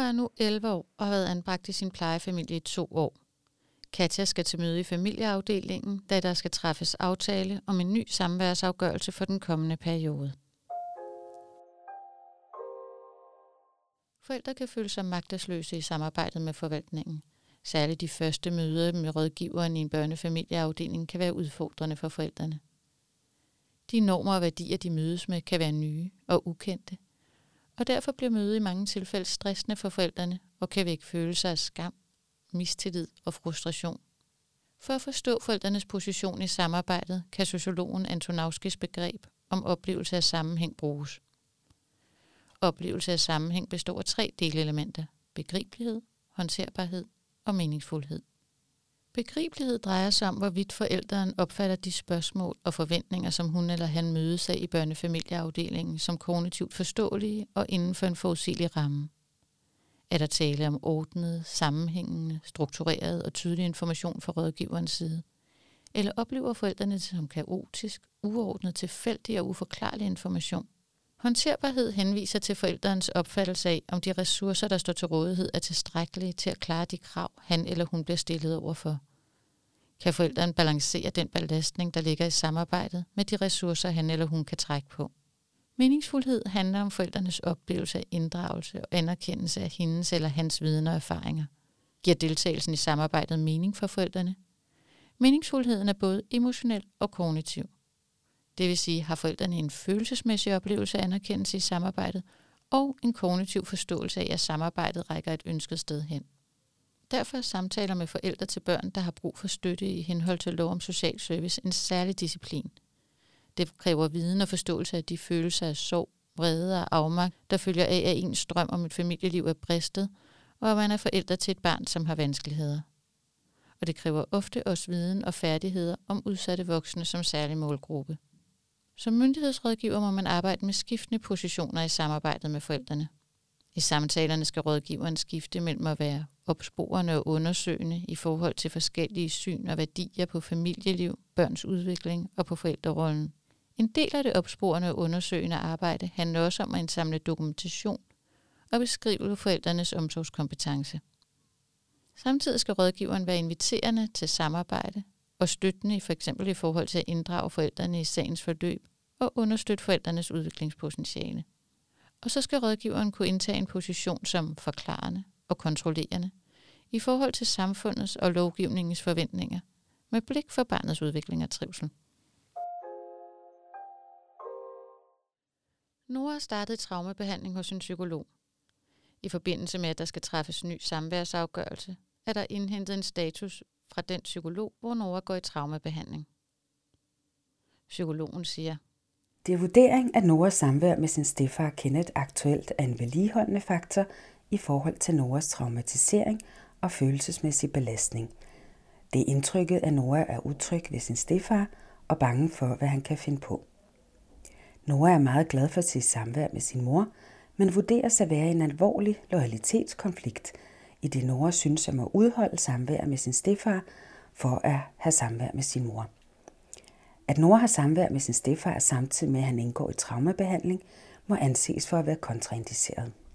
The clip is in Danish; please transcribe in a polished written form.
er nu 11 år og har været anbragt i sin plejefamilie i 2 år. Katja skal til møde i familieafdelingen, da der skal træffes aftale om en ny samværsafgørelse for den kommende periode. Forældre kan føle sig magtesløse i samarbejdet med forvaltningen. Særligt de første møder med rådgiveren i en børnefamilieafdeling kan være udfordrende for forældrene. De normer og værdier, de mødes med, kan være nye og ukendte. Og derfor bliver mødet i mange tilfælde stressende for forældrene og kan vække følelser af skam, mistillid og frustration. For at forstå forældrenes position i samarbejdet, kan sociologen Antonowskis begreb om oplevelse af sammenhæng bruges. Oplevelse af sammenhæng består af 3 delelementer: begribelighed, håndterbarhed og meningsfuldhed. Begribelighed drejer sig om, hvorvidt forældren opfatter de spørgsmål og forventninger, som hun eller han mødes af i børnefamilieafdelingen, som kognitivt forståelige og inden for en forudsigelig ramme. Er der tale om ordnet, sammenhængende, struktureret og tydelig information fra rådgiverens side? Eller oplever forældrene det som kaotisk, uordnet, tilfældig og uforklarlig information? Håndterbarhed henviser til forældrens opfattelse af, om de ressourcer, der står til rådighed, er tilstrækkelige til at klare de krav, han eller hun bliver stillet overfor. Kan forældren balancere den belastning, der ligger i samarbejdet, med de ressourcer, han eller hun kan trække på? Meningsfuldhed handler om forældrenes oplevelse af inddragelse og anerkendelse af hendes eller hans viden og erfaringer. Giver deltagelsen i samarbejdet mening for forældrene? Meningsfuldheden er både emotionel og kognitiv. Det vil sige, har forældrene en følelsesmæssig oplevelse af anerkendelse i samarbejdet, og en kognitiv forståelse af, at samarbejdet rækker et ønsket sted hen. Derfor er samtaler med forældre til børn, der har brug for støtte i henhold til lov om social service, en særlig disciplin. Det kræver viden og forståelse af de følelser af sorg, vrede og afmagt, der følger af, at ens drøm om et familieliv er bristet, og at man er forældre til et barn, som har vanskeligheder. Og det kræver ofte også viden og færdigheder om udsatte voksne som særlig målgruppe. Som myndighedsrådgiver må man arbejde med skiftende positioner i samarbejdet med forældrene. I samtalerne skal rådgiveren skifte mellem at være opsporende og undersøgende i forhold til forskellige syn og værdier på familieliv, børns udvikling og på forældrerollen. En del af det opsporende og undersøgende arbejde handler også om at indsamle dokumentation og beskrive forældrenes omsorgskompetence. Samtidig skal rådgiveren være inviterende til samarbejde og støttende i forhold til at inddrage forældrene i sagens forløb og understøtte forældrenes udviklingspotentiale. Og så skal rådgiveren kunne indtage en position som forklarende og kontrollerende i forhold til samfundets og lovgivningens forventninger med blik for barnets udvikling og trivsel. Nora har startet traumebehandling hos en psykolog. I forbindelse med, at der skal træffes ny samværsafgørelse, er der indhentet en status fra den psykolog, hvor Nora går i traumebehandling. Psykologen siger: Det er vurdering, at Noras samvær med sin stedfar Kenneth aktuelt er en vedligeholdende faktor i forhold til Noras traumatisering og følelsesmæssig belastning. Det er indtrykket, at Nora er utryg ved sin stedfar og bange for, hvad han kan finde på. Nora er meget glad for sit samvær med sin mor, men vurderes at være en alvorlig loyalitetskonflikt, i det Nora synes at må udholde samvær med sin stedfar for at have samvær med sin mor. At Nora har samvær med sin stedfar samtidig med, at han indgår i traumebehandling, må anses for at være kontraindiceret.